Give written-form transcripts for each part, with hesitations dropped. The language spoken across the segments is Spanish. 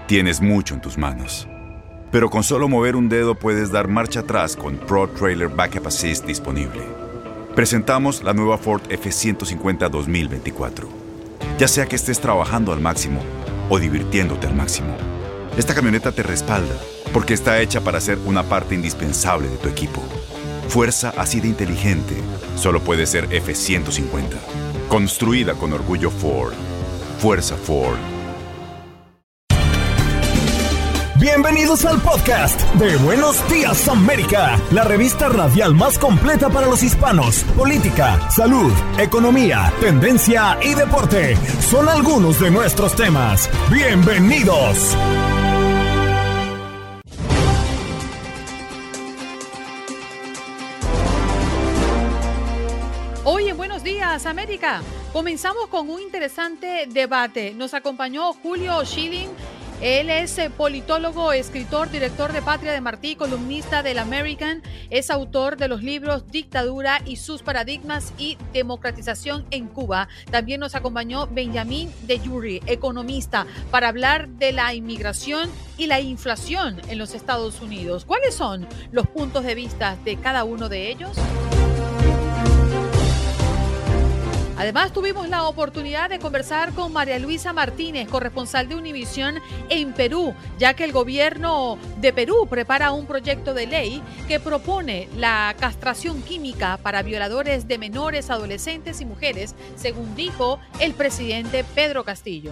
Tienes mucho en tus manos. Pero con solo mover un dedo puedes dar marcha atrás con Pro Trailer Backup Assist disponible. Presentamos la nueva Ford F-150 2024. Ya sea que estés trabajando al máximo o divirtiéndote al máximo, esta camioneta te respalda porque está hecha para ser una parte indispensable de tu equipo. Fuerza así de inteligente solo puede ser F-150. Construida con orgullo Ford. Fuerza Ford. Bienvenidos al podcast de Buenos Días América, la revista radial más completa para los hispanos. Política, salud, economía, tendencia y deporte son algunos de nuestros temas. Bienvenidos. Hoy en Buenos Días América comenzamos con un interesante debate. Nos acompañó Julio Schilling. Él es politólogo, escritor, director de Patria de Martí, columnista del American, es autor de los libros Dictadura y sus paradigmas y Democratización en Cuba. También nos acompañó Benjamín de Yuri, economista, para hablar de la inmigración y la inflación en los Estados Unidos. ¿Cuáles son los puntos de vista de cada uno de ellos? Además, tuvimos la oportunidad de conversar con María Luisa Martínez, corresponsal de Univisión en Perú, ya que el gobierno de Perú prepara un proyecto de ley que propone la castración química para violadores de menores, adolescentes y mujeres, según dijo el presidente Pedro Castillo.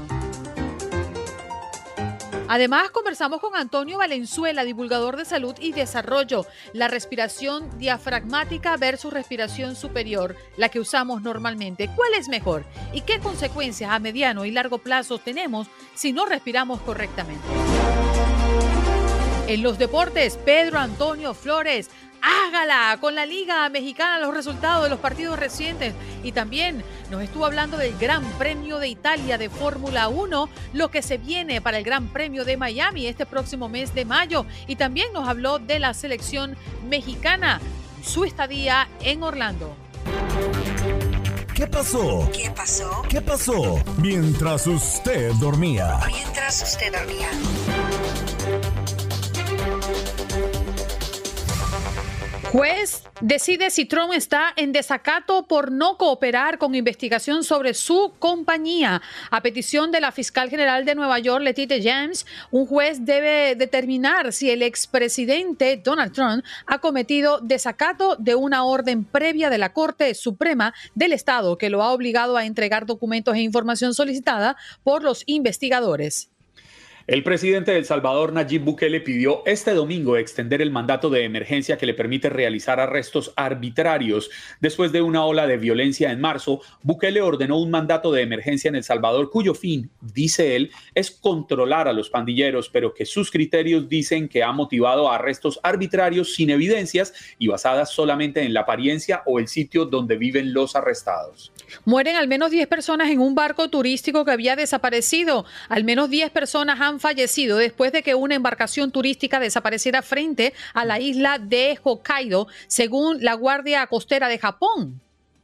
Además, conversamos con Antonio Valenzuela, divulgador de salud y desarrollo, la respiración diafragmática versus respiración superior, la que usamos normalmente. ¿Cuál es mejor? ¿Y qué consecuencias a mediano y largo plazo tenemos si no respiramos correctamente? En los deportes, Pedro Antonio Flores, hágala con la Liga Mexicana, los resultados de los partidos recientes. Y también nos estuvo hablando del Gran Premio de Italia de Fórmula 1, lo que se viene para el Gran Premio de Miami este próximo mes de mayo. Y también nos habló de la selección mexicana, su estadía en Orlando. ¿Qué pasó? ¿Qué pasó? ¿Qué pasó? Mientras usted dormía. Mientras usted dormía. Juez decide si Trump está en desacato por no cooperar con investigación sobre su compañía. A petición de la fiscal general de Nueva York, Letitia James, un juez debe determinar si el expresidente Donald Trump ha cometido desacato de una orden previa de la Corte Suprema del Estado que lo ha obligado a entregar documentos e información solicitada por los investigadores. El presidente de El Salvador, Nayib Bukele, pidió este domingo extender el mandato de emergencia que le permite realizar arrestos arbitrarios. Después de una ola de violencia en marzo, Bukele ordenó un mandato de emergencia en El Salvador cuyo fin, dice él, es controlar a los pandilleros, pero que sus criterios dicen que ha motivado a arrestos arbitrarios sin evidencias y basadas solamente en la apariencia o el sitio donde viven los arrestados. Mueren al menos 10 personas en un barco turístico que había desaparecido. Al menos 10 personas han fallecido después de que una embarcación turística desapareciera frente a la isla de Hokkaido, según la Guardia Costera de Japón.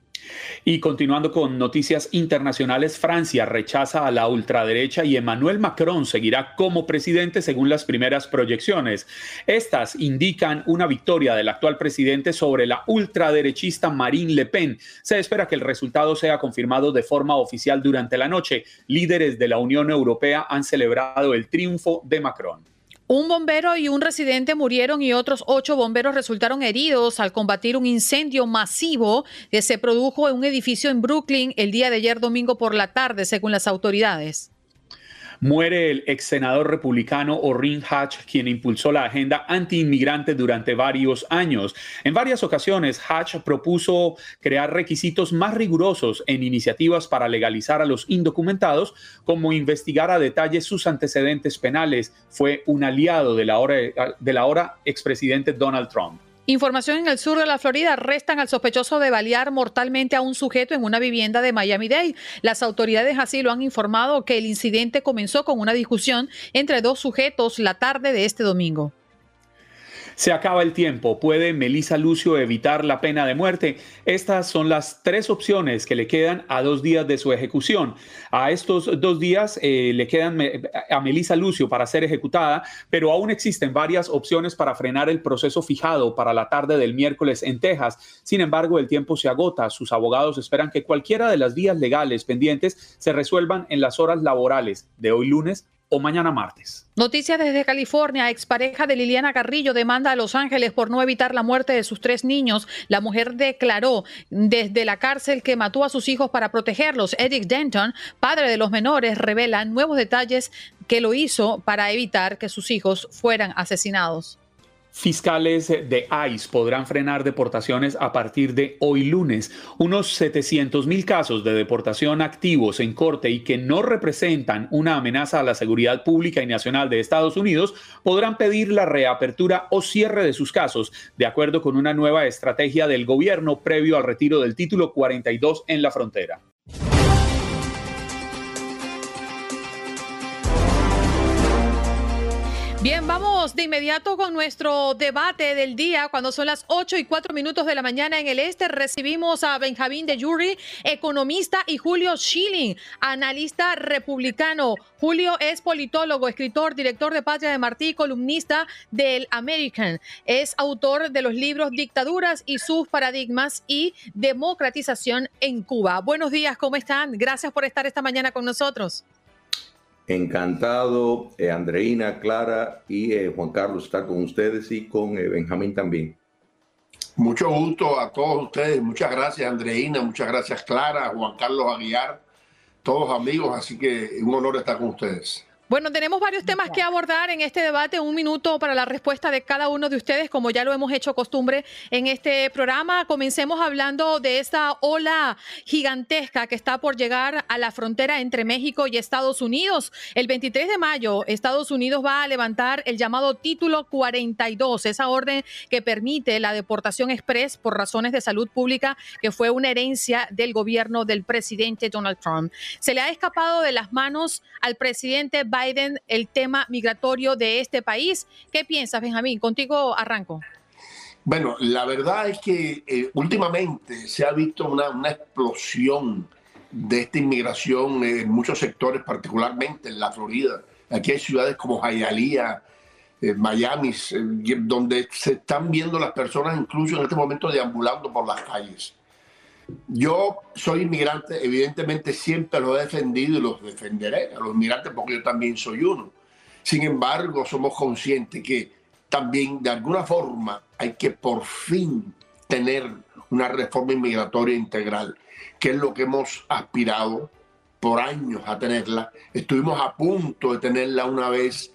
Y continuando con noticias internacionales, Francia rechaza a la ultraderecha y Emmanuel Macron seguirá como presidente según las primeras proyecciones. Estas indican una victoria del actual presidente sobre la ultraderechista Marine Le Pen. Se espera que el resultado sea confirmado de forma oficial durante la noche. Líderes de la Unión Europea han celebrado el triunfo de Macron. Un bombero y un residente murieron y otros 8 bomberos resultaron heridos al combatir un incendio masivo que se produjo en un edificio en Brooklyn el día de ayer domingo por la tarde, según las autoridades. Muere el ex senador republicano Orrin Hatch, quien impulsó la agenda anti-inmigrante durante varios años. En varias ocasiones, Hatch propuso crear requisitos más rigurosos en iniciativas para legalizar a los indocumentados, como investigar a detalle sus antecedentes penales. Fue un aliado de la ahora expresidente Donald Trump. Información en el sur de la Florida. Arrestan al sospechoso de balear mortalmente a un sujeto en una vivienda de Miami-Dade. Las autoridades así lo han informado que el incidente comenzó con una discusión entre 2 sujetos la tarde de este domingo. Se acaba el tiempo. ¿Puede Melissa Lucio evitar la pena de muerte? Estas son las 3 opciones que le quedan a 2 días de su ejecución. A estos 2 días le quedan a Melissa Lucio para ser ejecutada, pero aún existen varias opciones para frenar el proceso fijado para la tarde del miércoles en Texas. Sin embargo, el tiempo se agota. Sus abogados esperan que cualquiera de las vías legales pendientes se resuelvan en las horas laborales de hoy lunes o mañana martes. Noticias desde California. Expareja de Liliana Carrillo demanda a Los Ángeles por no evitar la muerte de sus 3 niños. La mujer declaró desde la cárcel que mató a sus hijos para protegerlos. Eric Denton, padre de los menores, revela nuevos detalles que lo hizo para evitar que sus hijos fueran asesinados. Fiscales de ICE podrán frenar deportaciones a partir de hoy lunes. Unos 700,000 casos de deportación activos en corte y que no representan una amenaza a la seguridad pública y nacional de Estados Unidos podrán pedir la reapertura o cierre de sus casos, de acuerdo con una nueva estrategia del gobierno previo al retiro del Título 42 en la frontera. Bien, vamos de inmediato con nuestro debate del día. Cuando son las 8:04 de la mañana en el este, recibimos a Benjamín de Yuri, economista, y Julio Schilling, analista republicano. Julio es politólogo, escritor, director de Patria de Martí, columnista del American. Es autor de los libros Dictaduras y sus paradigmas y Democratización en Cuba. Buenos días, ¿cómo están? Gracias por estar esta mañana con nosotros. Encantado, Andreina, Clara y Juan Carlos, estar con ustedes y con Benjamín también. Mucho gusto a todos ustedes. Muchas gracias, Andreina. Muchas gracias, Clara, Juan Carlos Aguiar, todos amigos. Así que un honor estar con ustedes. Bueno, tenemos varios temas que abordar en este debate. 1 minuto para la respuesta de cada uno de ustedes, como ya lo hemos hecho costumbre en este programa. Comencemos hablando de esta ola gigantesca que está por llegar a la frontera entre México y Estados Unidos. El 23 de mayo, Estados Unidos va a levantar el llamado Título 42, esa orden que permite la deportación express por razones de salud pública, que fue una herencia del gobierno del presidente Donald Trump. Se le ha escapado de las manos al presidente Biden el tema migratorio de este país. ¿Qué piensas, Benjamín? Contigo arranco. Bueno, la verdad es que últimamente se ha visto una explosión de esta inmigración en muchos sectores, particularmente en la Florida. Aquí hay ciudades como Hialeah, Miami, donde se están viendo las personas incluso en este momento deambulando por las calles. Yo soy inmigrante, evidentemente siempre los he defendido y los defenderé a los inmigrantes porque yo también soy uno. Sin embargo, somos conscientes que también de alguna forma hay que por fin tener una reforma inmigratoria integral, que es lo que hemos aspirado por años a tenerla. Estuvimos a punto de tenerla una vez,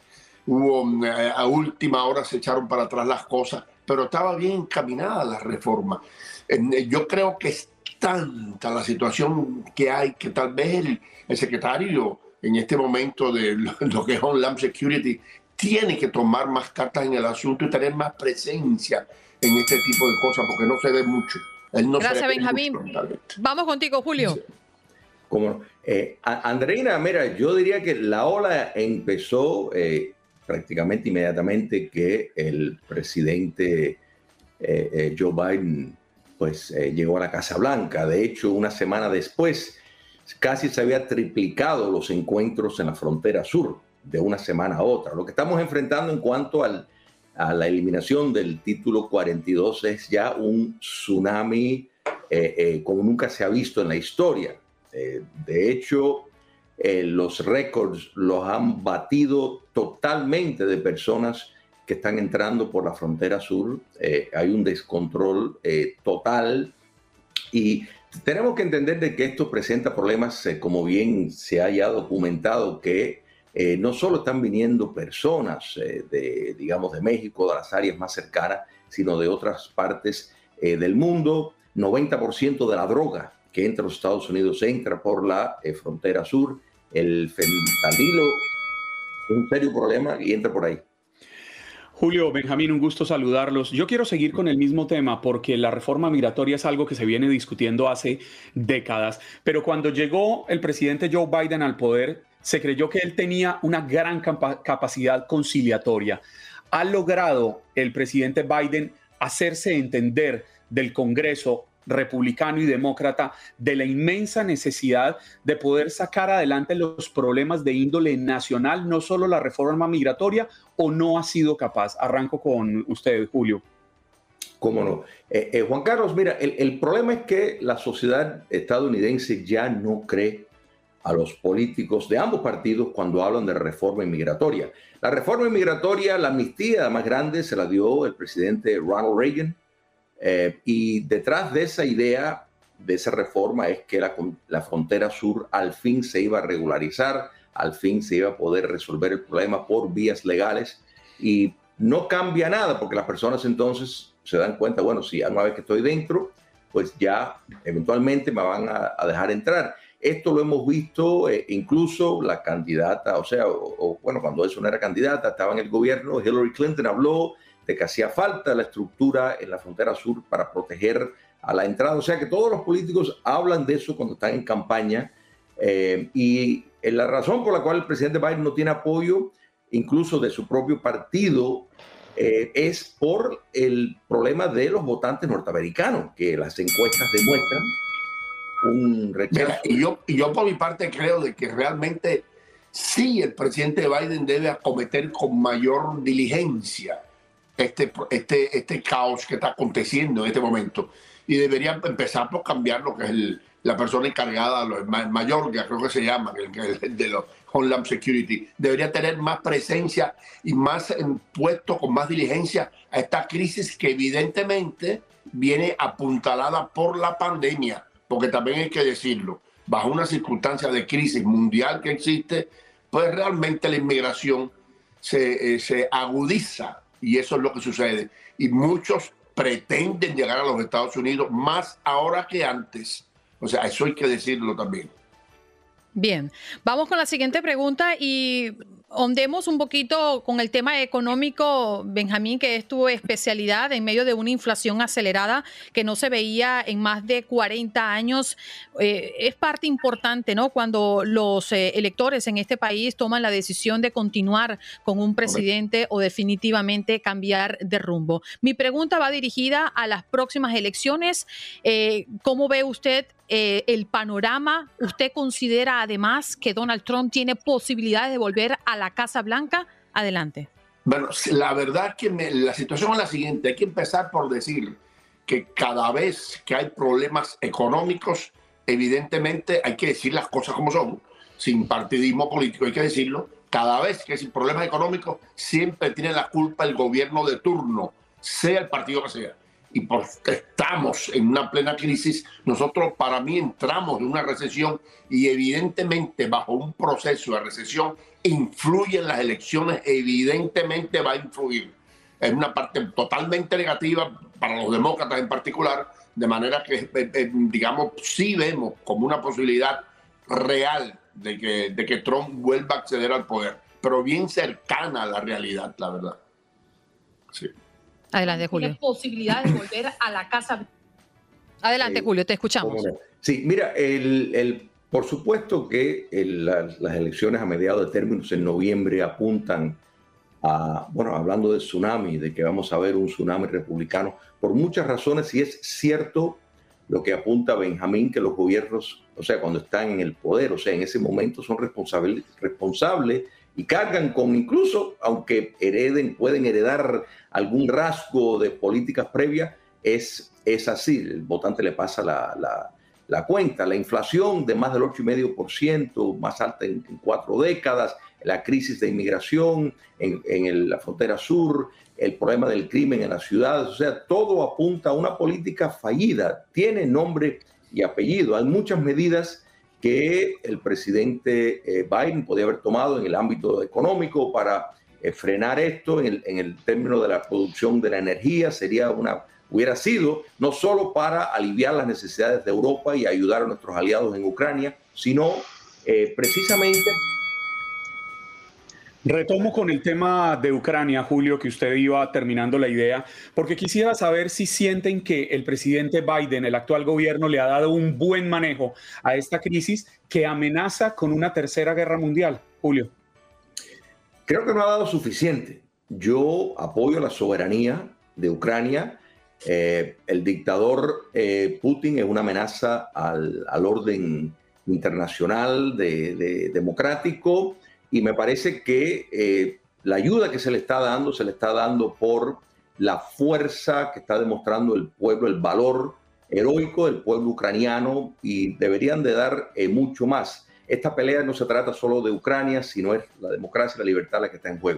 a última hora se echaron para atrás las cosas, pero estaba bien encaminada la reforma. Yo creo que es tanta la situación que hay que tal vez el secretario en este momento de lo que es Homeland Security tiene que tomar más cartas en el asunto y tener más presencia en este tipo de cosas porque no se ve mucho. Gracias, Benjamín. Vamos contigo, Julio. Sí. Como, Andreina, mira, yo diría que la ola empezó prácticamente inmediatamente que el presidente Joe Biden llegó a la Casa Blanca. De hecho, una semana después, casi se había triplicado los encuentros en la frontera sur de una semana a otra. Lo que estamos enfrentando en cuanto a la eliminación del Título 42 es ya un tsunami como nunca se ha visto en la historia. De hecho, los récords los han batido totalmente de personas que están entrando por la frontera sur. Hay un descontrol total y tenemos que entender de que esto presenta problemas, como bien se haya documentado, que no solo están viniendo personas de México, de las áreas más cercanas, sino de otras partes del mundo. 90% de la droga que entra a los Estados Unidos entra por la frontera sur. El fentanilo es un serio problema y entra por ahí. Julio, Benjamín, un gusto saludarlos. Yo quiero seguir con el mismo tema porque la reforma migratoria es algo que se viene discutiendo hace décadas, pero cuando llegó el presidente Joe Biden al poder, se creyó que él tenía una gran capacidad conciliatoria. ¿Ha logrado el presidente Biden hacerse entender del Congreso republicano y demócrata de la inmensa necesidad de poder sacar adelante los problemas de índole nacional, no solo la reforma migratoria, o no ha sido capaz? Arranco con usted, Julio. ¿Cómo no? Juan Carlos, mira, el problema es que la sociedad estadounidense ya no cree a los políticos de ambos partidos cuando hablan de reforma inmigratoria. La reforma inmigratoria, la amnistía más grande se la dio el presidente Ronald Reagan, y detrás de esa idea, de esa reforma, es que la frontera sur al fin se iba a regularizar, al fin se iba a poder resolver el problema por vías legales, y no cambia nada porque las personas entonces se dan cuenta, bueno, si ya una vez que estoy dentro, pues ya eventualmente me van a dejar entrar. Esto lo hemos visto, incluso la candidata, bueno, cuando eso no era candidata, estaba en el gobierno, Hillary Clinton habló de que hacía falta la estructura en la frontera sur para proteger a la entrada. O sea que todos los políticos hablan de eso cuando están en campaña, y la razón por la cual el presidente Biden no tiene apoyo, incluso de su propio partido, es por el problema de los votantes norteamericanos, que las encuestas demuestran un rechazo. Mira, y yo por mi parte creo de que realmente sí el presidente Biden debe acometer con mayor diligencia este caos que está aconteciendo en este momento, y debería empezar por cambiar lo que es la persona encargada, Mayorga, creo que se llama, el de los Homeland Security. Debería tener más presencia y más puesto con más diligencia a esta crisis que evidentemente viene apuntalada por la pandemia, porque también hay que decirlo, bajo una circunstancia de crisis mundial que existe, pues realmente la inmigración se agudiza, y eso es lo que sucede. Y muchos pretenden llegar a los Estados Unidos más ahora que antes. O sea, eso hay que decirlo también. Bien, vamos con la siguiente pregunta y hondemos un poquito con el tema económico, Benjamín, que es tu especialidad en medio de una inflación acelerada que no se veía en más de 40 años. Es parte importante, ¿no?, cuando los electores en este país toman la decisión de continuar con un presidente o definitivamente cambiar de rumbo. Mi pregunta va dirigida a las próximas elecciones. ¿Cómo ve usted el panorama? ¿Usted considera además que Donald Trump tiene posibilidades de volver a la Casa Blanca? Adelante. Bueno, la verdad que la situación es la siguiente. Hay que empezar por decir que cada vez que hay problemas económicos, evidentemente hay que decir las cosas como son, sin partidismo político, hay que decirlo. Cada vez que hay problemas económicos, siempre tiene la culpa el gobierno de turno, sea el partido que sea. Y porque estamos en una plena crisis, nosotros, para mí, entramos en una recesión, y evidentemente bajo un proceso de recesión influyen las elecciones, evidentemente va a influir en una parte totalmente negativa para los demócratas en particular, de manera que, digamos, sí vemos como una posibilidad real de que Trump vuelva a acceder al poder, pero bien cercana a la realidad, la verdad. Sí. Adelante, Julio. ¿Tiene posibilidades de volver a la Casa? Adelante, Julio, te escuchamos. Sí, mira, por supuesto que las elecciones a mediados de términos en noviembre apuntan a, bueno, hablando de tsunami, de que vamos a ver un tsunami republicano, por muchas razones, y es cierto lo que apunta Benjamín, que los gobiernos, o sea, cuando están en el poder, o sea, en ese momento son responsables y cargan con, incluso, aunque pueden heredar algún rasgo de políticas previas, es así, el votante le pasa la cuenta. La inflación de más del 8,5%, más alta en 4 décadas, la crisis de inmigración en la frontera sur, el problema del crimen en las ciudades, o sea, todo apunta a una política fallida, tiene nombre y apellido. Hay muchas medidas que el presidente Biden podía haber tomado en el ámbito económico para frenar esto en el término de la producción de la energía. Hubiera sido no solo para aliviar las necesidades de Europa y ayudar a nuestros aliados en Ucrania, sino precisamente... Retomo con el tema de Ucrania, Julio, que usted iba terminando la idea, porque quisiera saber si sienten que el presidente Biden, el actual gobierno, le ha dado un buen manejo a esta crisis que amenaza con una tercera guerra mundial. Julio. Creo que no ha dado suficiente. yo apoyo la soberanía de Ucrania. El dictador Putin es una amenaza al orden internacional democrático, y me parece que la ayuda que se le está dando por la fuerza que está demostrando el pueblo, el valor heroico del pueblo ucraniano, y deberían de dar mucho más. Esta pelea no se trata solo de Ucrania, sino es la democracia y la libertad la que está en juego.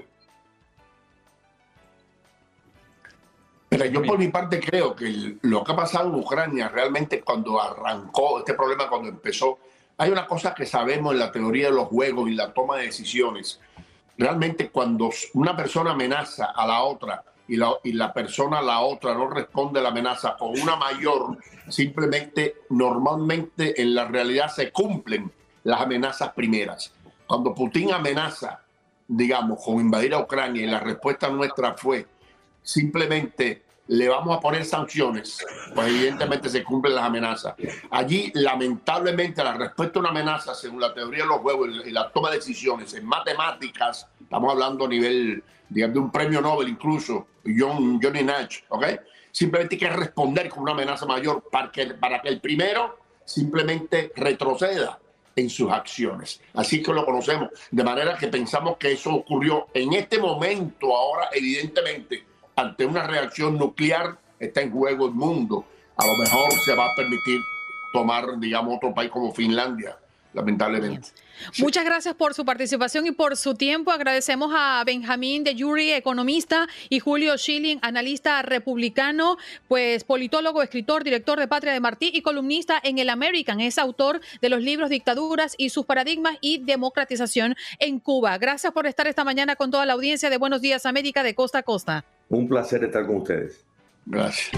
Pero yo por mi parte creo que lo que ha pasado en Ucrania realmente, cuando arrancó este problema, cuando empezó, hay una cosa que sabemos en la teoría de los juegos y la toma de decisiones. Realmente cuando una persona amenaza a la otra y la persona a la otra no responde a la amenaza con una mayor, simplemente normalmente en la realidad se cumplen las amenazas primeras. Cuando Putin amenaza, digamos, con invadir a Ucrania, y la respuesta nuestra fue simplemente le vamos a poner sanciones, pues evidentemente se cumplen las amenazas. Allí, lamentablemente, la respuesta a una amenaza, según la teoría de los juegos y la toma de decisiones en matemáticas, estamos hablando a nivel, digamos, de un premio Nobel incluso, Johnny Nash, ¿ok? Simplemente hay que responder con una amenaza mayor para que el primero simplemente retroceda en sus acciones. Así que lo conocemos. De manera que pensamos que eso ocurrió en este momento. Ahora, evidentemente, ante una reacción nuclear, está en juego el mundo. A lo mejor se va a permitir tomar, digamos, otro país como Finlandia, lamentablemente. Sí. Muchas gracias por su participación y por su tiempo. Agradecemos a Benjamín de Yuri, economista, y Julio Schilling, analista republicano, pues politólogo, escritor, director de Patria de Martí y columnista en El American. Es autor de los libros Dictaduras y sus paradigmas y Democratización en Cuba. Gracias por estar esta mañana con toda la audiencia de Buenos Días América de costa a costa. Un placer estar con ustedes. Gracias.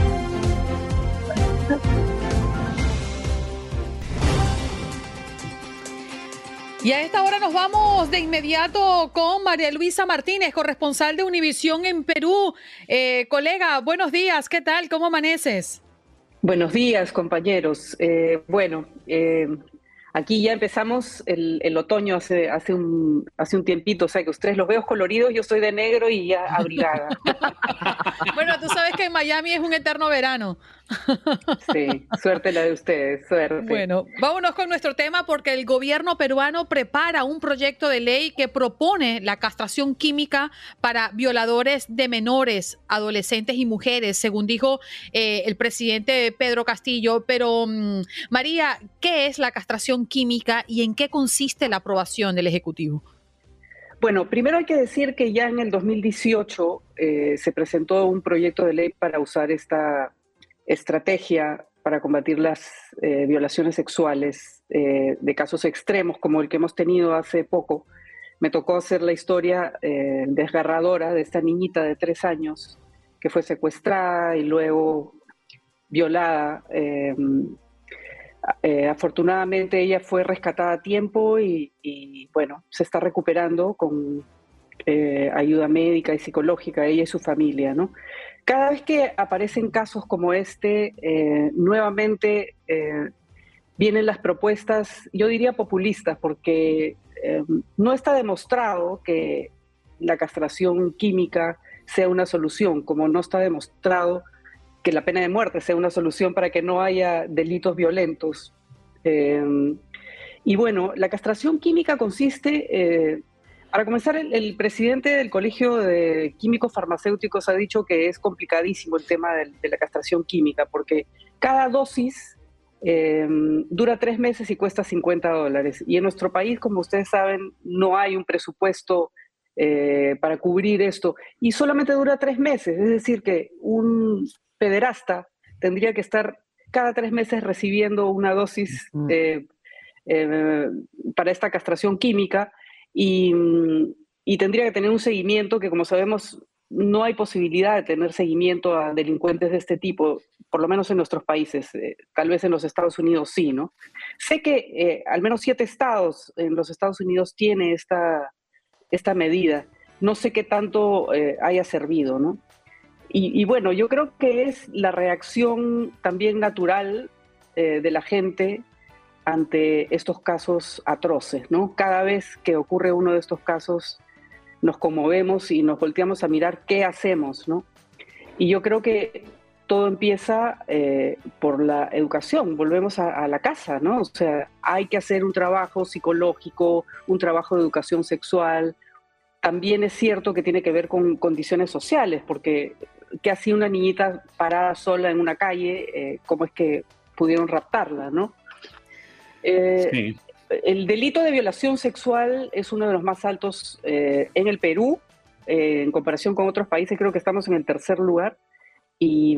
Y a esta hora nos vamos de inmediato con María Luisa Martínez, corresponsal de Univisión en Perú. Colega, buenos días, ¿qué tal? ¿Cómo amaneces? Buenos días, compañeros. Aquí ya empezamos el otoño hace un tiempito, o sea que ustedes los veo coloridos, yo soy de negro y ya abrigada. Bueno, tú sabes que en Miami es un eterno verano. Sí, suerte la de ustedes, suerte. Bueno, vámonos con nuestro tema, porque el gobierno peruano prepara un proyecto de ley que propone la castración química para violadores de menores, adolescentes y mujeres, según dijo el presidente Pedro Castillo. Pero, María, ¿qué es la castración química y en qué consiste la aprobación del Ejecutivo? Bueno, primero hay que decir que ya en el 2018 se presentó un proyecto de ley para usar esta estrategia para combatir las violaciones sexuales de casos extremos como el que hemos tenido hace poco. Me tocó hacer la historia desgarradora de esta niñita de 3 años que fue secuestrada y luego violada. Afortunadamente ella fue rescatada a tiempo y bueno, se está recuperando con ayuda médica y psicológica, ella y su familia, ¿no? Cada vez que aparecen casos como este, nuevamente vienen las propuestas, yo diría populistas, porque no está demostrado que la castración química sea una solución, como no está demostrado que la pena de muerte sea una solución para que no haya delitos violentos. Y bueno, la castración química consiste... para comenzar, el presidente del Colegio de Químicos Farmacéuticos ha dicho que es complicadísimo el tema de la castración química, porque cada dosis dura 3 meses y cuesta $50. Y en nuestro país, como ustedes saben, no hay un presupuesto para cubrir esto. Y solamente dura 3 meses, es decir, que un pederasta tendría que estar cada 3 meses recibiendo una dosis para esta castración química y tendría que tener un seguimiento que, como sabemos, no hay posibilidad de tener seguimiento a delincuentes de este tipo, por lo menos en nuestros países. Tal vez en los Estados Unidos sí, ¿no? Sé que al menos 7 estados en los Estados Unidos tiene esta medida. No sé qué tanto haya servido, ¿no? Y bueno, yo creo que es la reacción también natural de la gente ante estos casos atroces, ¿no? Cada vez que ocurre uno de estos casos, nos conmovemos y nos volteamos a mirar qué hacemos, ¿no? Y yo creo que todo empieza por la educación, volvemos a la casa, ¿no? O sea, hay que hacer un trabajo psicológico, un trabajo de educación sexual. También es cierto que tiene que ver con condiciones sociales, porque ¿qué hacía una niñita parada sola en una calle? ¿Cómo es que pudieron raptarla, no? Sí. El delito de violación sexual es uno de los más altos en el Perú. En comparación con otros países, creo que estamos en el tercer lugar. Y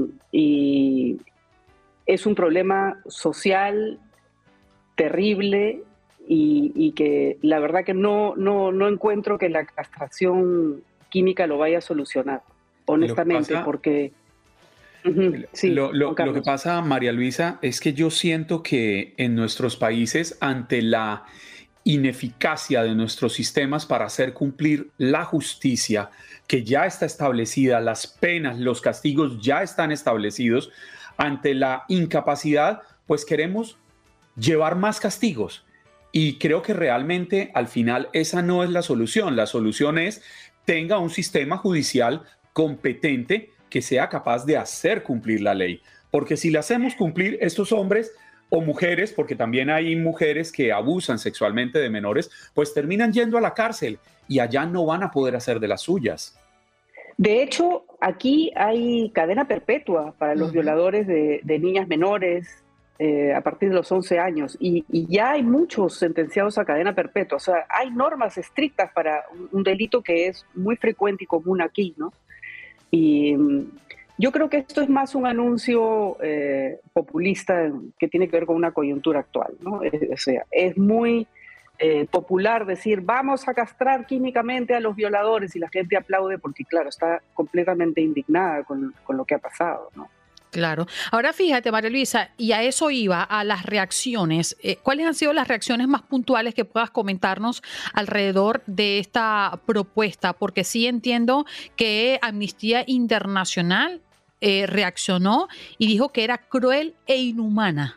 es un problema social terrible y que la verdad que no encuentro que la castración química lo vaya a solucionar, honestamente, porque... Sí, lo que pasa, María Luisa, es que yo siento que en nuestros países, ante la ineficacia de nuestros sistemas para hacer cumplir la justicia que ya está establecida, las penas, los castigos ya están establecidos, ante la incapacidad, pues queremos llevar más castigos. Y creo que realmente al final esa no es la solución. La solución es tenga un sistema judicial competente que sea capaz de hacer cumplir la ley. Porque si la hacemos cumplir, estos hombres o mujeres, porque también hay mujeres que abusan sexualmente de menores, pues terminan yendo a la cárcel y allá no van a poder hacer de las suyas. De hecho, aquí hay cadena perpetua para los violadores de niñas menores a partir de los 11 años y ya hay muchos sentenciados a cadena perpetua. O sea, hay normas estrictas para un delito que es muy frecuente y común aquí, ¿no? Y yo creo que esto es más un anuncio populista que tiene que ver con una coyuntura actual, ¿no? O sea, es muy popular decir vamos a castrar químicamente a los violadores y la gente aplaude porque, claro, está completamente indignada con lo que ha pasado, ¿no? Claro. Ahora fíjate, María Luisa, y a eso iba, a las reacciones. ¿Cuáles han sido las reacciones más puntuales que puedas comentarnos alrededor de esta propuesta? Porque sí entiendo que Amnistía Internacional reaccionó y dijo que era cruel e inhumana.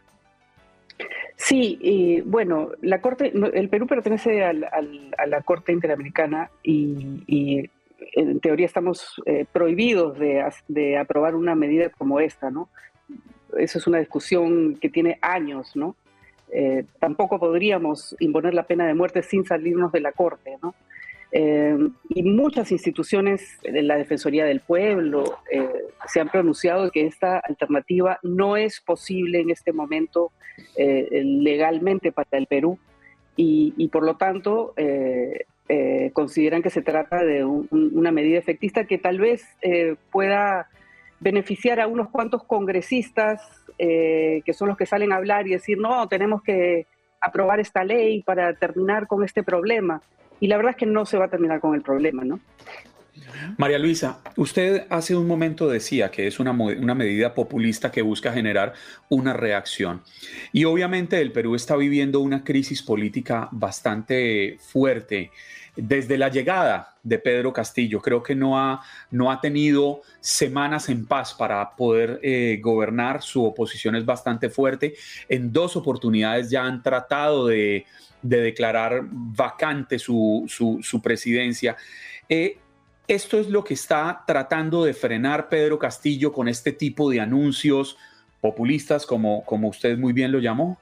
Sí, bueno, el Perú pertenece a la Corte Interamericana y en teoría estamos prohibidos de aprobar una medida como esta, ¿no? Eso es una discusión que tiene años, ¿no? Tampoco podríamos imponer la pena de muerte sin salirnos de la Corte, ¿no? Y muchas instituciones de la Defensoría del Pueblo se han pronunciado que esta alternativa no es posible en este momento legalmente para el Perú y por lo tanto consideran que se trata de una medida efectista que tal vez pueda beneficiar a unos cuantos congresistas que son los que salen a hablar y decir no, tenemos que aprobar esta ley para terminar con este problema. Y la verdad es que no se va a terminar con el problema, ¿no? María Luisa, usted hace un momento decía que es una medida populista que busca generar una reacción. Y obviamente el Perú está viviendo una crisis política bastante fuerte. Desde la llegada de Pedro Castillo, creo que no ha tenido semanas en paz para poder gobernar. Su oposición es bastante fuerte. En 2 oportunidades ya han tratado de declarar vacante su presidencia. Esto es lo que está tratando de frenar Pedro Castillo con este tipo de anuncios populistas, como usted muy bien lo llamó.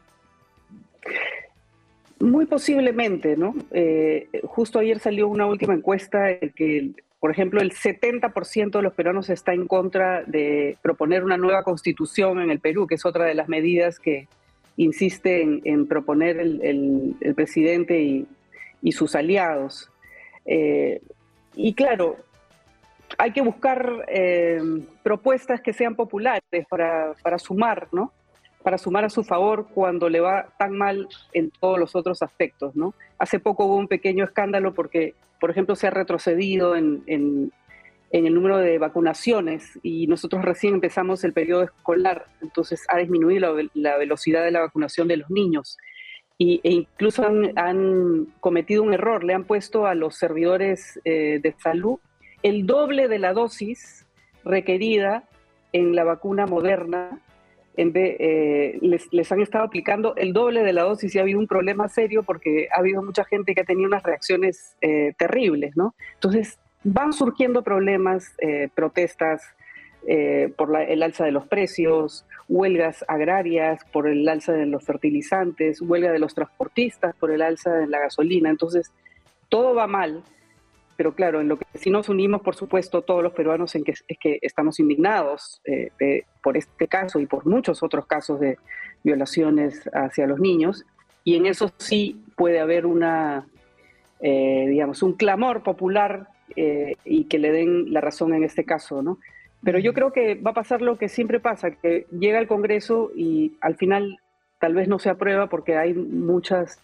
Muy posiblemente, ¿no? Justo ayer salió una última encuesta en que, por ejemplo, el 70% de los peruanos está en contra de proponer una nueva constitución en el Perú, que es otra de las medidas que insiste en proponer el presidente y sus aliados. Y claro, hay que buscar propuestas que sean populares para sumar, ¿no? Para sumar a su favor cuando le va tan mal en todos los otros aspectos, ¿no? Hace poco hubo un pequeño escándalo porque, por ejemplo, se ha retrocedido en el número de vacunaciones y nosotros recién empezamos el periodo escolar, entonces ha disminuido la velocidad de la vacunación de los niños. E incluso han cometido un error, le han puesto a los servidores de salud el doble de la dosis requerida en la vacuna Moderna les han estado aplicando el doble de la dosis y ha habido un problema serio porque ha habido mucha gente que ha tenido unas reacciones terribles, ¿no? Entonces van surgiendo problemas, protestas por el alza de los precios, huelgas agrarias por el alza de los fertilizantes, huelga de los transportistas por el alza de la gasolina. Entonces todo va mal. Pero claro, en lo que sí nos unimos, por supuesto, todos los peruanos es que estamos indignados por este caso y por muchos otros casos de violaciones hacia los niños. Y en eso sí puede haber un clamor popular y que le den la razón en este caso, ¿no? Pero yo creo que va a pasar lo que siempre pasa, que llega al Congreso y al final tal vez no se aprueba porque hay muchas...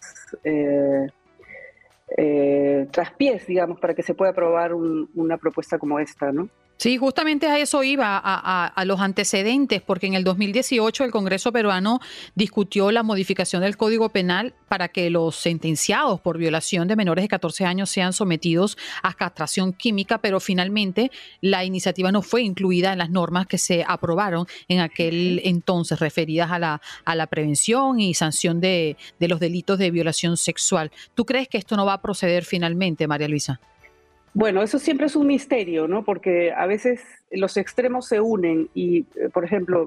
traspiés, digamos, para que se pueda aprobar una propuesta como esta, ¿no? Sí, justamente a eso iba, a los antecedentes, porque en el 2018 el Congreso peruano discutió la modificación del Código Penal para que los sentenciados por violación de menores de 14 años sean sometidos a castración química, pero finalmente la iniciativa no fue incluida en las normas que se aprobaron en aquel entonces referidas a la prevención y sanción de los delitos de violación sexual. ¿Tú crees que esto no va a proceder finalmente, María Luisa? Bueno, eso siempre es un misterio, ¿no? Porque a veces los extremos se unen y, por ejemplo,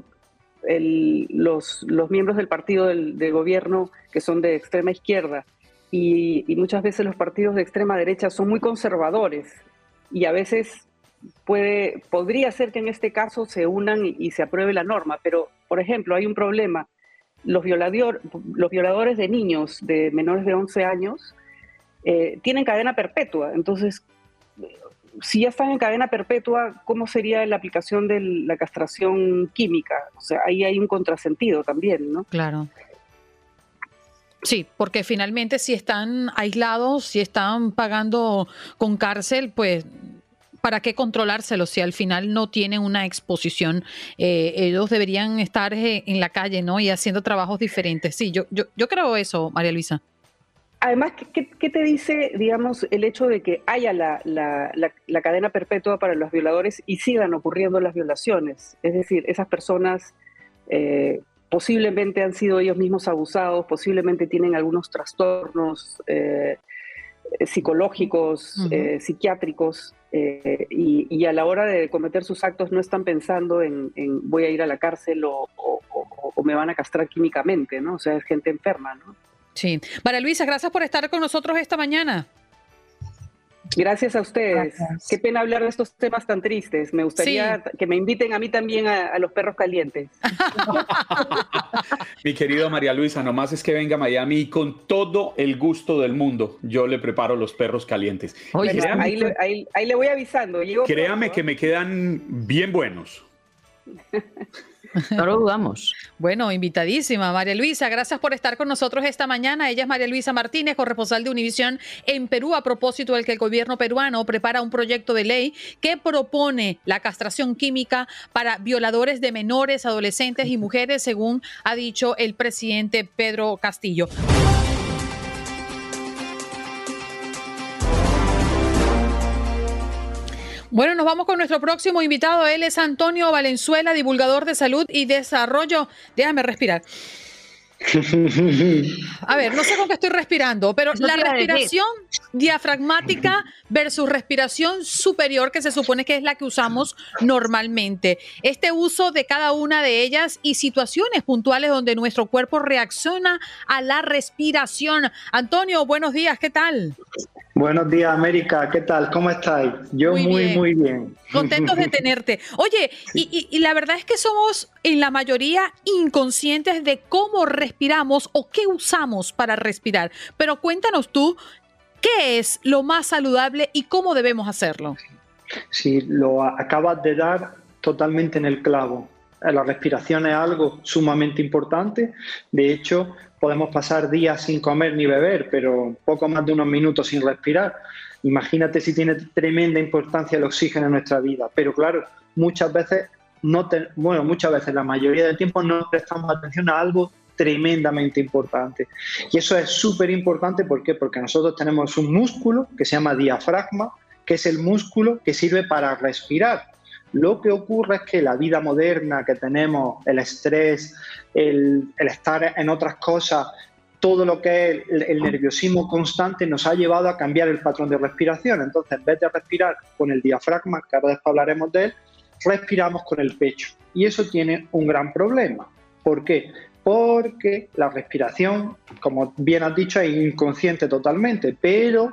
los miembros del partido del gobierno que son de extrema izquierda y muchas veces los partidos de extrema derecha son muy conservadores y a veces podría ser que en este caso se unan y se apruebe la norma, pero, por ejemplo, hay un problema. Los violadores de niños de menores de 11 años tienen cadena perpetua, entonces... Si ya están en cadena perpetua, ¿cómo sería la aplicación de la castración química? O sea, ahí hay un contrasentido también, ¿no? Claro. Sí, porque finalmente si están aislados, si están pagando con cárcel, pues... ¿Para qué controlárselo si al final no tienen una exposición? Ellos deberían estar en la calle, ¿no? Y haciendo trabajos diferentes. Sí, yo creo eso, María Luisa. Además, ¿qué te dice, digamos, el hecho de que haya la cadena perpetua para los violadores y sigan ocurriendo las violaciones? Es decir, esas personas posiblemente han sido ellos mismos abusados, posiblemente tienen algunos trastornos psicológicos, psiquiátricos, y a la hora de cometer sus actos no están pensando en voy a ir a la cárcel o me van a castrar químicamente, ¿no? O sea, es gente enferma, ¿no? Sí. María Luisa, gracias por estar con nosotros esta mañana. Gracias a ustedes. Gracias. Qué pena hablar de estos temas tan tristes. Me gustaría que me inviten a mí también a los perros calientes. Mi querido María Luisa, nomás es que venga a Miami y con todo el gusto del mundo yo le preparo los perros calientes. Oye, ahí le voy avisando. Créame que me quedan bien buenos. No lo dudamos. Bueno, invitadísima. María Luisa, gracias por estar con nosotros esta mañana. Ella es María Luisa Martínez, corresponsal de Univisión en Perú, a propósito del que el gobierno peruano prepara un proyecto de ley que propone la castración química para violadores de menores, adolescentes y mujeres, según ha dicho el presidente Pedro Castillo. Bueno, nos vamos con nuestro próximo invitado. Él es Antonio Valenzuela, divulgador de salud y desarrollo. Déjame respirar. A ver, no sé con qué estoy respirando, pero la respiración diafragmática versus respiración superior, que se supone que es la que usamos normalmente. Este uso de cada una de ellas y situaciones puntuales donde nuestro cuerpo reacciona a la respiración. Antonio, buenos días, ¿qué tal? Buenos días, América. ¿Qué tal? ¿Cómo estáis? Yo muy bien. Contentos de tenerte. Oye, sí. y la verdad es que somos en la mayoría inconscientes de cómo respiramos o qué usamos para respirar. Pero cuéntanos tú, ¿qué es lo más saludable y cómo debemos hacerlo? Sí, lo acabas de dar totalmente en el clavo. La respiración es algo sumamente importante. De hecho, podemos pasar días sin comer ni beber, pero poco más de unos minutos sin respirar. Imagínate si tiene tremenda importancia el oxígeno en nuestra vida. Pero claro, muchas veces, la mayoría del tiempo no prestamos atención a algo tremendamente importante. Y eso es súper importante, ¿por qué? Porque nosotros tenemos un músculo que se llama diafragma, que es el músculo que sirve para respirar. Lo que ocurre es que la vida moderna que tenemos, el estrés, el estar en otras cosas, todo lo que es el nerviosismo constante nos ha llevado a cambiar el patrón de respiración. Entonces, en vez de respirar con el diafragma, que ahora después hablaremos de él, respiramos con el pecho. Y eso tiene un gran problema. ¿Por qué? Porque la respiración, como bien has dicho, es inconsciente totalmente, pero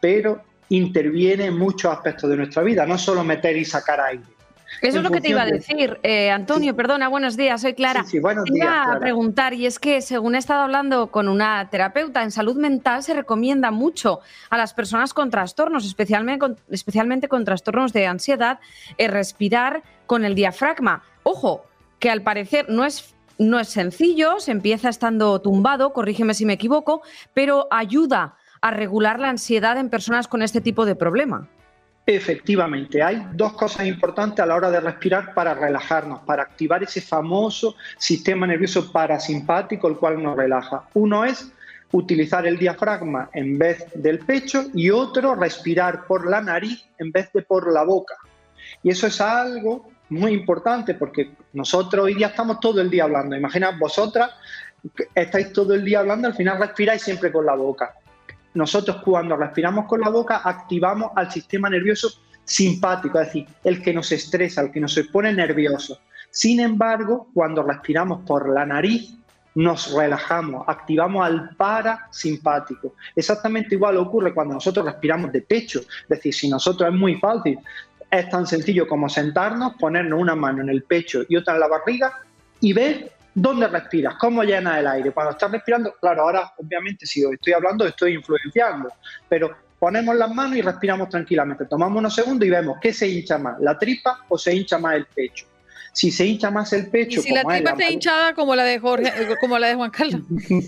interviene en muchos aspectos de nuestra vida, no solo meter y sacar aire. Eso es lo que te iba a decir, Antonio, sí. Perdona, buenos días, soy Clara. Sí, buenos días, Clara. Te iba a preguntar, y es que según he estado hablando con una terapeuta en salud mental, se recomienda mucho a las personas con trastornos, especialmente con trastornos de ansiedad, respirar con el diafragma. Ojo, que al parecer no es sencillo, se empieza estando tumbado, corrígeme si me equivoco, pero ayuda a regular la ansiedad en personas con este tipo de problema. Efectivamente, hay dos cosas importantes a la hora de respirar para relajarnos, para activar ese famoso sistema nervioso parasimpático, el cual nos relaja. Uno es utilizar el diafragma en vez del pecho y otro, respirar por la nariz en vez de por la boca. Y eso es algo muy importante porque nosotros hoy día estamos todo el día hablando. Imaginad, vosotras estáis todo el día hablando, al final respiráis siempre con la boca. Nosotros cuando respiramos con la boca activamos al sistema nervioso simpático, es decir, el que nos estresa, el que nos pone nervioso. Sin embargo, cuando respiramos por la nariz, nos relajamos, activamos al parasimpático. Exactamente igual ocurre cuando nosotros respiramos de pecho. Es decir, si nosotros es muy fácil, es tan sencillo como sentarnos, ponernos una mano en el pecho y otra en la barriga y ver ¿dónde respiras? ¿Cómo llenas el aire? Cuando estás respirando, claro, ahora obviamente si os estoy hablando estoy influenciando, pero ponemos las manos y respiramos tranquilamente. Tomamos unos segundos y vemos qué se hincha más, la tripa o se hincha más el pecho. Si se hincha más el pecho... ¿Y si la tripa está hinchada como la de Juan Carlos?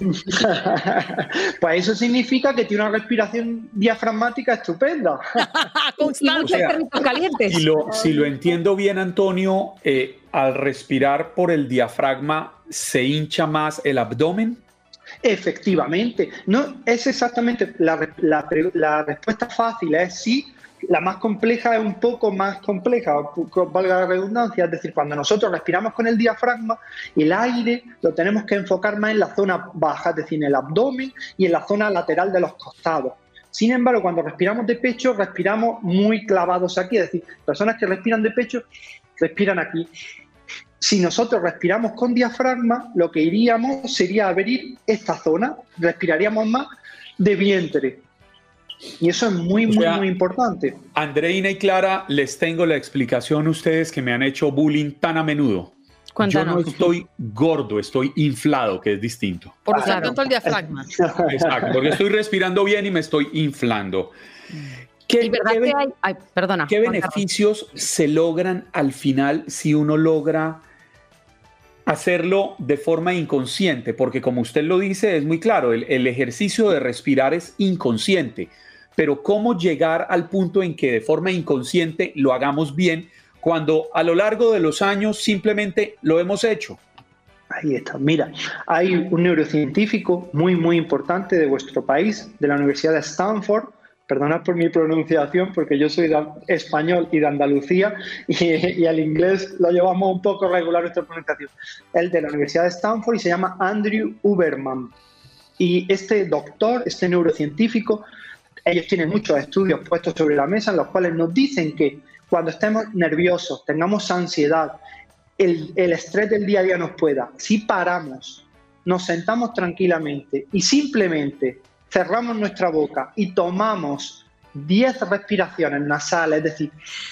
Pues eso significa que tiene una respiración diafragmática estupenda. Constante. Calientes. Si lo entiendo bien, Antonio, al respirar por el diafragma, ¿se hincha más el abdomen? Efectivamente. No, es exactamente la respuesta fácil, es sí. La más compleja es un poco más compleja, valga la redundancia, es decir, cuando nosotros respiramos con el diafragma, el aire lo tenemos que enfocar más en la zona baja, es decir, en el abdomen y en la zona lateral de los costados. Sin embargo, cuando respiramos de pecho, respiramos muy clavados aquí, es decir, personas que respiran de pecho, respiran aquí. Si nosotros respiramos con diafragma, lo que iríamos sería abrir esta zona, respiraríamos más de vientre. Y eso es muy importante. Andreina y Clara, les tengo la explicación a ustedes que me han hecho bullying tan a menudo. Cuéntanos. Yo no estoy gordo, estoy inflado, que es distinto. Por usar tanto el diafragma. Exacto, porque estoy respirando bien y me estoy inflando. ¿Qué beneficios se logran al final si uno logra hacerlo de forma inconsciente? Porque como usted lo dice, es muy claro, el ejercicio de respirar es inconsciente, pero ¿cómo llegar al punto en que de forma inconsciente lo hagamos bien cuando a lo largo de los años simplemente lo hemos hecho? Ahí está. Mira, hay un neurocientífico muy importante de vuestro país, de la Universidad de Stanford. Perdonad por mi pronunciación porque yo soy español y de Andalucía y el inglés lo llevamos un poco regular nuestra pronunciación. El de la Universidad de Stanford y se llama Andrew Huberman. Y este doctor, este neurocientífico, ellos tienen muchos estudios puestos sobre la mesa en los cuales nos dicen que cuando estemos nerviosos, tengamos ansiedad, el estrés del día a día nos pueda, si paramos, nos sentamos tranquilamente y simplemente cerramos nuestra boca y tomamos 10 respiraciones nasales, es decir,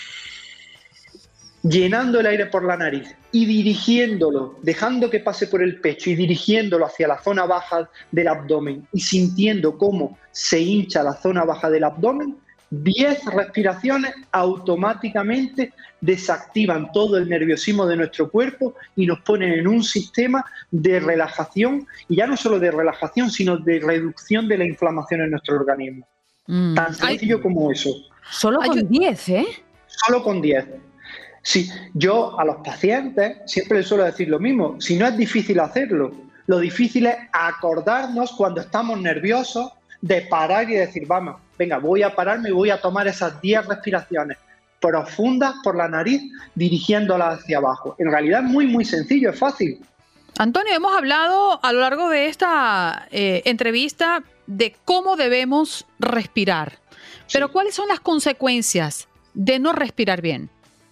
llenando el aire por la nariz y dirigiéndolo, dejando que pase por el pecho y dirigiéndolo hacia la zona baja del abdomen y sintiendo cómo se hincha la zona baja del abdomen, 10 respiraciones automáticamente desactivan todo el nerviosismo de nuestro cuerpo y nos ponen en un sistema de relajación, y ya no solo de relajación, sino de reducción de la inflamación en nuestro organismo. Tan sencillo como eso. Solo con 10, ¿eh? Solo con 10. Sí, yo a los pacientes siempre les suelo decir lo mismo. Si no es difícil hacerlo, lo difícil es acordarnos cuando estamos nerviosos de parar y decir, vamos, venga, voy a pararme y voy a tomar esas 10 respiraciones. profundas por la nariz, dirigiéndolas hacia abajo. En realidad es muy, muy sencillo, es fácil. Antonio, hemos hablado a lo largo de esta entrevista de cómo debemos respirar. Pero ¿cuáles son las consecuencias de no respirar bien?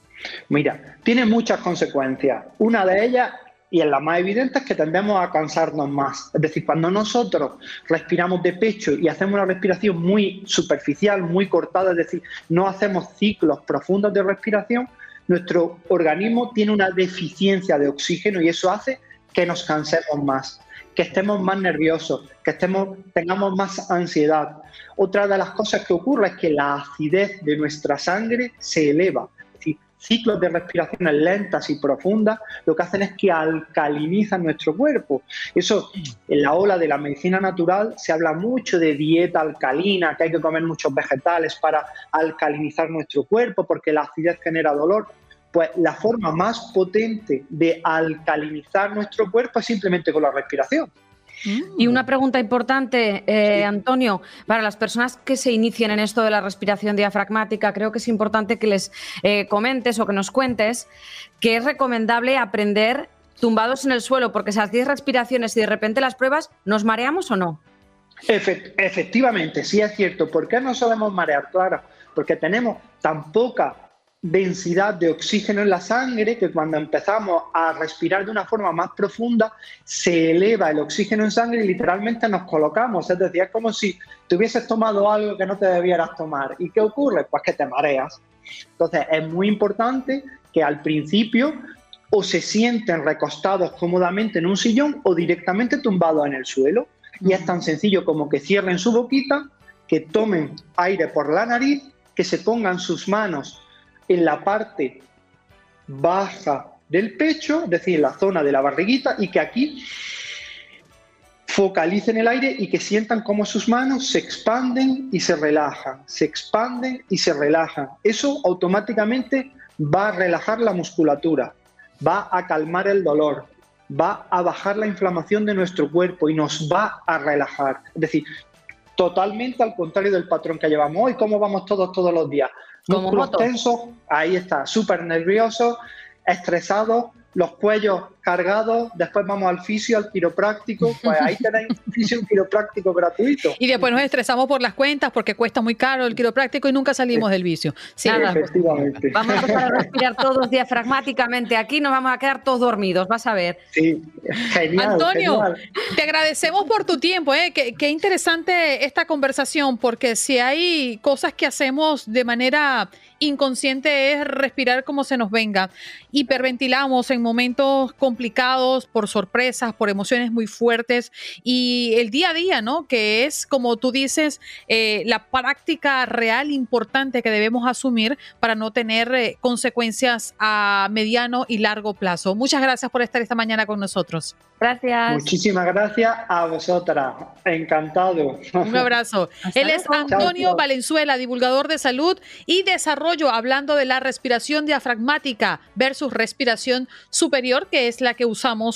Mira, tiene muchas consecuencias. Una de ellas, y es la más evidente, es que tendemos a cansarnos más. Es decir, cuando nosotros respiramos de pecho y hacemos una respiración muy superficial, muy cortada, es decir, no hacemos ciclos profundos de respiración, nuestro organismo tiene una deficiencia de oxígeno y eso hace que nos cansemos más, que estemos más nerviosos, que tengamos más ansiedad. Otra de las cosas que ocurre es que la acidez de nuestra sangre se eleva. Es decir, ciclos de respiraciones lentas y profundas lo que hacen es que alcalinizan nuestro cuerpo. Eso, en la ola de la medicina natural se habla mucho de dieta alcalina, que hay que comer muchos vegetales para alcalinizar nuestro cuerpo porque la acidez genera dolor. Pues la forma más potente de alcalinizar nuestro cuerpo es simplemente con la respiración. Y una pregunta importante, Antonio, para las personas que se inicien en esto de la respiración diafragmática, creo que es importante que les comentes o que nos cuentes que es recomendable aprender tumbados en el suelo, porque esas 10 respiraciones y de repente las pruebas, ¿nos mareamos o no? Efectivamente, sí es cierto. ¿Por qué no solemos marear? Claro, porque tenemos tan poca densidad de oxígeno en la sangre que cuando empezamos a respirar de una forma más profunda se eleva el oxígeno en sangre y literalmente nos colocamos, es decir, es como si te hubieses tomado algo que no te debieras tomar. ¿Y qué ocurre? Pues que te mareas. Entonces es muy importante que al principio o se sienten recostados cómodamente en un sillón o directamente tumbados en el suelo, y es tan sencillo como que cierren su boquita, que tomen aire por la nariz, que se pongan sus manos en la parte baja del pecho, es decir, en la zona de la barriguita, y que aquí focalicen el aire y que sientan cómo sus manos se expanden y se relajan, se expanden y se relajan. Eso automáticamente va a relajar la musculatura, va a calmar el dolor, va a bajar la inflamación de nuestro cuerpo y nos va a relajar. Es decir, totalmente al contrario del patrón que llevamos hoy. ¿Cómo vamos todos los días? Músculos tensos, ahí está, súper nerviosos, estresados, los cuellos cargados, después vamos al fisio, al quiropráctico, pues ahí tenéis un fisio, un quiropráctico gratuito. Y después nos estresamos por las cuentas porque cuesta muy caro el quiropráctico y nunca salimos del vicio. Sí, efectivamente. Vamos a empezar a respirar todos diafragmáticamente, aquí nos vamos a quedar todos dormidos, vas a ver. Sí, genial. Antonio, genial. Te agradecemos por tu tiempo, qué interesante esta conversación, porque si hay cosas que hacemos de manera inconsciente es respirar como se nos venga. Hiperventilamos en momentos complicados, por sorpresas, por emociones muy fuertes, y el día a día, ¿no? Que es, como tú dices, la práctica real importante que debemos asumir para no tener consecuencias a mediano y largo plazo. Muchas gracias por estar esta mañana con nosotros. Gracias. Muchísimas gracias a vosotras. Encantado. Un abrazo. Él es Antonio Valenzuela, divulgador de salud y desarrollo, hablando de la respiración diafragmática versus respiración superior, que es la que usamos.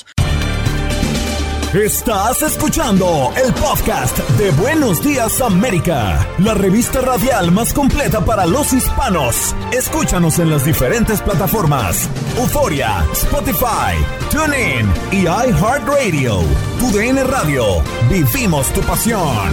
Estás escuchando el podcast de Buenos Días América, la revista radial más completa para los hispanos. Escúchanos en las diferentes plataformas: Euforia, Spotify, TuneIn y iHeartRadio. Tu DN Radio. Vivimos tu pasión.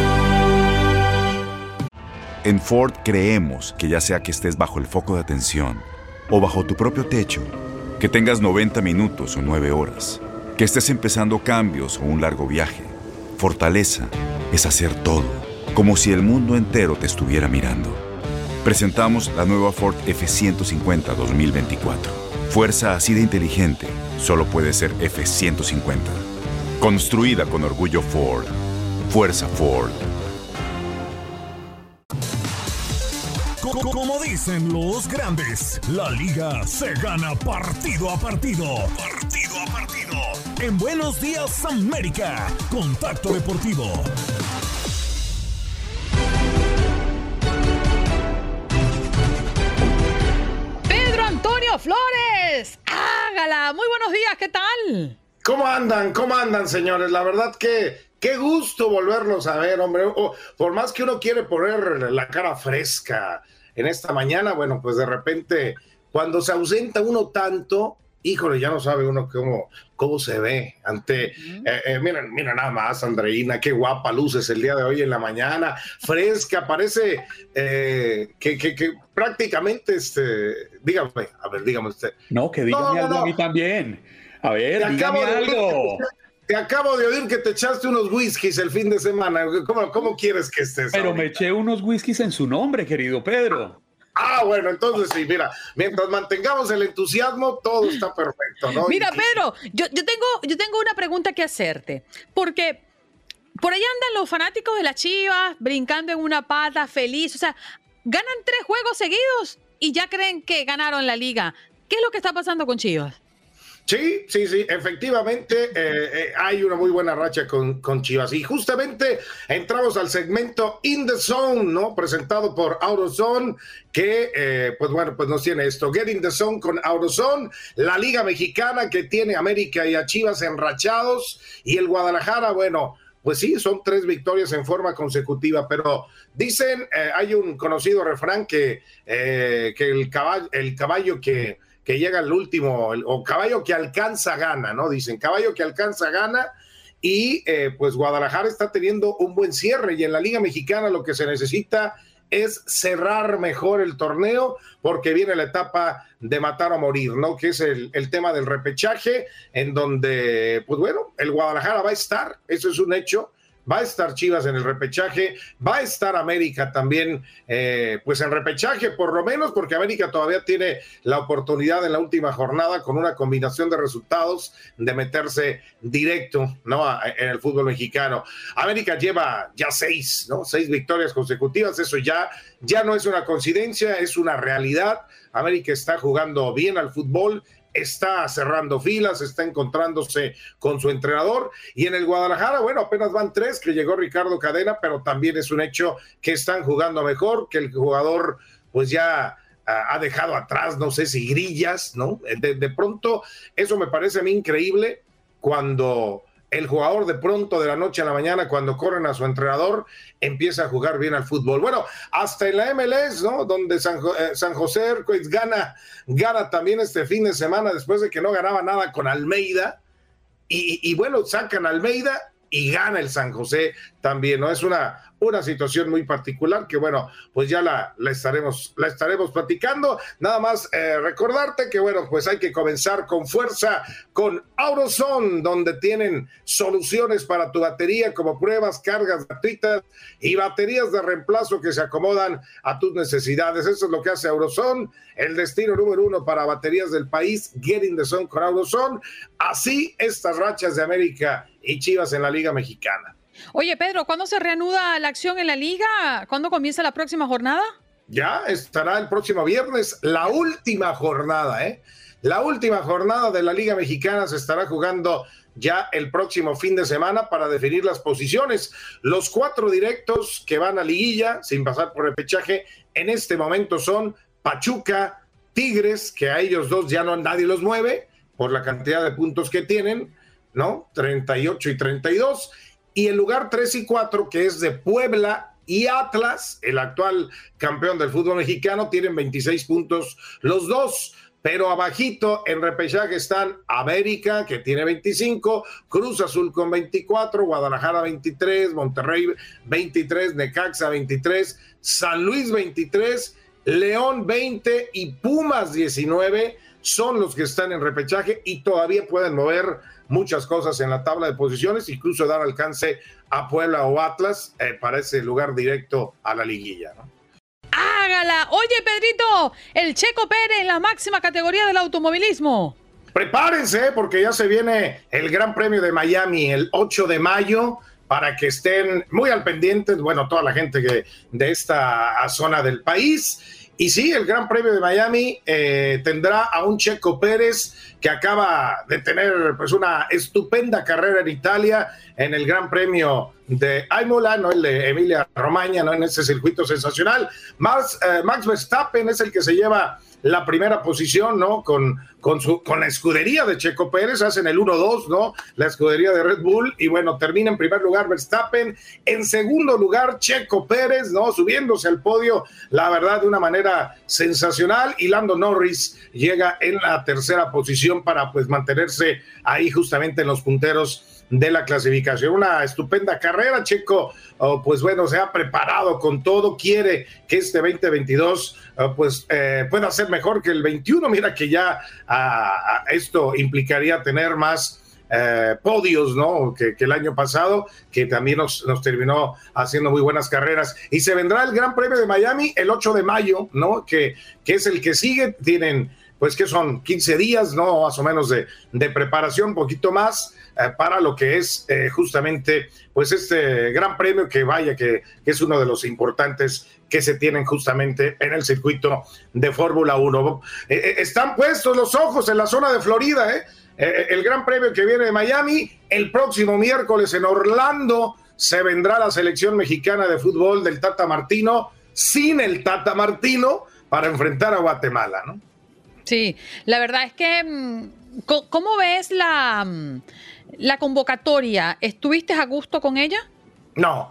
En Ford creemos que ya sea que estés bajo el foco de atención o bajo tu propio techo, que tengas 90 minutos o 9 horas, que estés empezando cambios o un largo viaje, fortaleza es hacer todo, como si el mundo entero te estuviera mirando. Presentamos la nueva Ford F-150 2024. Fuerza así de inteligente solo puede ser F-150. Construida con orgullo Ford. Fuerza Ford. Como dicen los grandes, la liga se gana partido a partido. Partido a partido. En Buenos Días América, Contacto Deportivo. Pedro Antonio Flores, hágala. Muy buenos días, ¿qué tal? ¿Cómo andan? ¿Cómo andan, señores? La verdad que qué gusto volverlos a ver, hombre. Por más que uno quiere poner la cara fresca, en esta mañana. Bueno, pues de repente, cuando se ausenta uno tanto, híjole, ya no sabe uno cómo se ve ante, mira nada más, Andreina, qué guapa luces el día de hoy en la mañana, fresca, parece que prácticamente, dígame usted. No, que dígame algo a mí también. A ver, dígame algo. Te acabo de oír que te echaste unos whiskies el fin de semana. ¿Cómo quieres que estés? Pero ahorita? me eché unos whiskies en su nombre, querido Pedro. Bueno, entonces sí, mira, mientras mantengamos el entusiasmo, todo está perfecto, ¿no? Mira, Pedro, yo tengo una pregunta que hacerte, porque por allá andan los fanáticos de las Chivas brincando en una pata, feliz, o sea, ganan 3 juegos seguidos y ya creen que ganaron la liga. ¿Qué es lo que está pasando con Chivas? Sí, efectivamente hay una muy buena racha con Chivas y justamente entramos al segmento In the Zone, ¿no? Presentado por AutoZone, que pues nos tiene esto, Get in the Zone con AutoZone, la Liga Mexicana que tiene a América y a Chivas enrachados y el Guadalajara, bueno, pues sí, son 3 victorias en forma consecutiva, pero dicen, hay un conocido refrán que el caballo que llega al último, o caballo que alcanza gana, ¿no? Dicen, caballo que alcanza gana, y pues Guadalajara está teniendo un buen cierre, y en la Liga Mexicana lo que se necesita es cerrar mejor el torneo, porque viene la etapa de matar o morir, ¿no? Que es el tema del repechaje, en donde, pues bueno, el Guadalajara va a estar, eso es un hecho. Va a estar Chivas en el repechaje, va a estar América también, pues en repechaje por lo menos, porque América todavía tiene la oportunidad en la última jornada con una combinación de resultados de meterse directo, ¿no? En el fútbol mexicano. América lleva ya 6, ¿no? 6 victorias consecutivas, eso ya no es una coincidencia, es una realidad. América está jugando bien al fútbol, está cerrando filas, está encontrándose con su entrenador, y en el Guadalajara, bueno, apenas van 3, que llegó Ricardo Cadena, pero también es un hecho que están jugando mejor, que el jugador pues ya ha dejado atrás, no sé si grillas, ¿no? De pronto, eso me parece a mí increíble, cuando el jugador de pronto, de la noche a la mañana, cuando corren a su entrenador, empieza a jugar bien al fútbol. Bueno, hasta en la MLS, ¿no? Donde San José Earthquakes gana también este fin de semana, después de que no ganaba nada con Almeida, y bueno, sacan a Almeida y gana el San José también, ¿no? Es una situación muy particular que, bueno, pues ya la estaremos platicando. Nada más recordarte que, bueno, pues hay que comenzar con fuerza con AutoZone, donde tienen soluciones para tu batería, como pruebas, cargas gratuitas y baterías de reemplazo que se acomodan a tus necesidades. Eso es lo que hace AutoZone, el destino número 1 para baterías del país. Get in the Zone con AutoZone. Así estas rachas de América y Chivas en la Liga Mexicana. Oye, Pedro, ¿cuándo se reanuda la acción en la liga? ¿Cuándo comienza la próxima jornada? Ya estará el próximo viernes, la última jornada, ¿eh? La última jornada de la Liga Mexicana se estará jugando ya el próximo fin de semana para definir las posiciones. Los 4 directos que van a liguilla, sin pasar por repechaje, en este momento son Pachuca, Tigres, que a ellos dos ya no nadie los mueve por la cantidad de puntos que tienen, ¿no? 38 y 32. Y el lugar 3 y 4, que es de Puebla y Atlas, el actual campeón del fútbol mexicano, tienen 26 puntos los dos, pero abajito en repechaje están América, que tiene 25, Cruz Azul con 24, Guadalajara 23, Monterrey 23, Necaxa 23, San Luis 23, León 20 y Pumas 19 son los que están en repechaje y todavía pueden mover muchas cosas en la tabla de posiciones, incluso dar alcance a Puebla o Atlas para ese lugar directo a la liguilla, ¿no? ¡Hágala! Oye, Pedrito, el Checo Pérez en la máxima categoría del automovilismo. Prepárense, porque ya se viene el Gran Premio de Miami el 8 de mayo, para que estén muy al pendiente, bueno, toda la gente de esta zona del país. Y sí, el Gran Premio de Miami tendrá a un Checo Pérez que acaba de tener pues una estupenda carrera en Italia en el Gran Premio de Imola, no el de Emilia Romagna, no en ese circuito sensacional. Max Verstappen es el que se lleva la primera posición, ¿no? Con la escudería de Checo Pérez, hacen el 1-2, ¿no? La escudería de Red Bull, y bueno, termina en primer lugar Verstappen, en segundo lugar Checo Pérez, ¿no? Subiéndose al podio, la verdad, de una manera sensacional, y Lando Norris llega en la tercera posición para, pues, mantenerse ahí justamente en los punteros de la clasificación. Una estupenda carrera. Checo, pues bueno, se ha preparado con todo, quiere que este 2022 pueda ser mejor que el 21. Mira que ya esto implicaría tener más podios, ¿no? que el año pasado, que también nos terminó haciendo muy buenas carreras. Y se vendrá el Gran Premio de Miami el 8 de mayo, ¿no? Que es el que sigue. Tienen, pues, que son 15 días, ¿no? Más o menos de preparación, un poquito más, para lo que es justamente, pues, este Gran Premio, que vaya, que es uno de los importantes que se tienen justamente en el circuito de Fórmula 1. Están puestos los ojos en la zona de Florida, el Gran Premio que viene de Miami. El próximo miércoles en Orlando se vendrá la selección mexicana de fútbol del Tata Martino, sin el Tata Martino, para enfrentar a Guatemala, ¿no? Sí, la verdad es que, ¿cómo ves la convocatoria? ¿Estuviste a gusto con ella? No.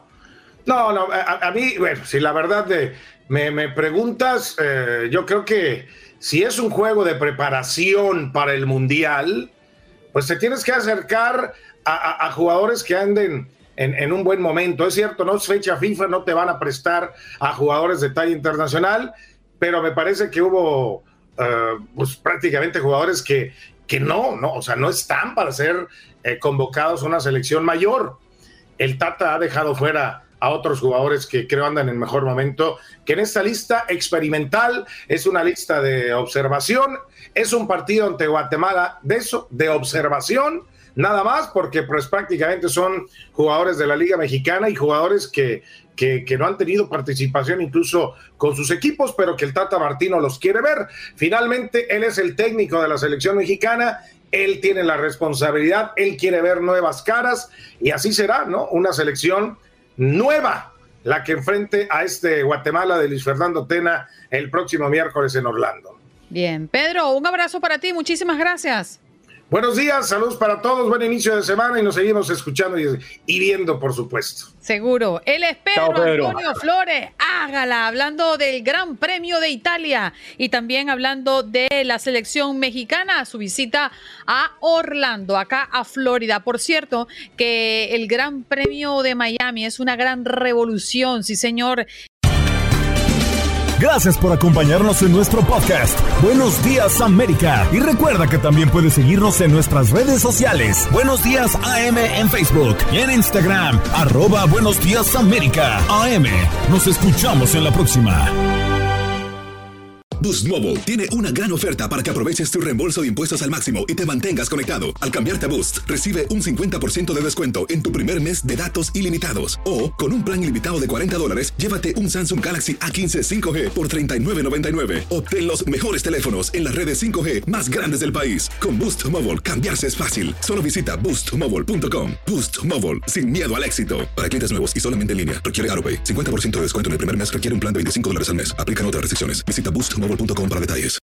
A mí, bueno, si la verdad me preguntas, yo creo que si es un juego de preparación para el Mundial, pues te tienes que acercar a jugadores que anden en un buen momento. Es cierto, no es fecha FIFA, no te van a prestar a jugadores de talla internacional, pero me parece que hubo pues prácticamente jugadores que o sea, no están para ser convocados a una selección mayor. El Tata ha dejado fuera a otros jugadores que creo andan en mejor momento, que en esta lista experimental es una lista de observación, es un partido ante Guatemala de observación, nada más, porque pues prácticamente son jugadores de la Liga Mexicana y jugadores que no han tenido participación incluso con sus equipos, pero que el Tata Martino los quiere ver. Finalmente, él es el técnico de la selección mexicana, él tiene la responsabilidad, él quiere ver nuevas caras, y así será, ¿no? Una selección nueva la que enfrente a este Guatemala de Luis Fernando Tena el próximo miércoles en Orlando. Bien, Pedro, un abrazo para ti, muchísimas gracias. Buenos días, saludos para todos, buen inicio de semana, y nos seguimos escuchando y viendo, por supuesto. Seguro. Él es Pedro Antonio Flores, hágala, hablando del Gran Premio de Italia y también hablando de la selección mexicana, su visita a Orlando, acá a Florida. Por cierto, que el Gran Premio de Miami es una gran revolución, sí señor. Gracias por acompañarnos en nuestro podcast. Buenos Días América. Y recuerda que también puedes seguirnos en nuestras redes sociales. Buenos Días AM en Facebook y en Instagram. @Buenos Días América AM. Nos escuchamos en la próxima. Boost Mobile tiene una gran oferta para que aproveches tu reembolso de impuestos al máximo y te mantengas conectado. Al cambiarte a Boost, recibe un 50% de descuento en tu primer mes de datos ilimitados. O, con un plan ilimitado de $40, llévate un Samsung Galaxy A15 5G por $39.99. Obtén los mejores teléfonos en las redes 5G más grandes del país. Con Boost Mobile, cambiarse es fácil. Solo visita boostmobile.com. Boost Mobile, sin miedo al éxito. Para clientes nuevos y solamente en línea, requiere AutoPay. 50% de descuento en el primer mes, requiere un plan de $25 al mes. Aplican otras restricciones. Visita boostmobile.com para detalles.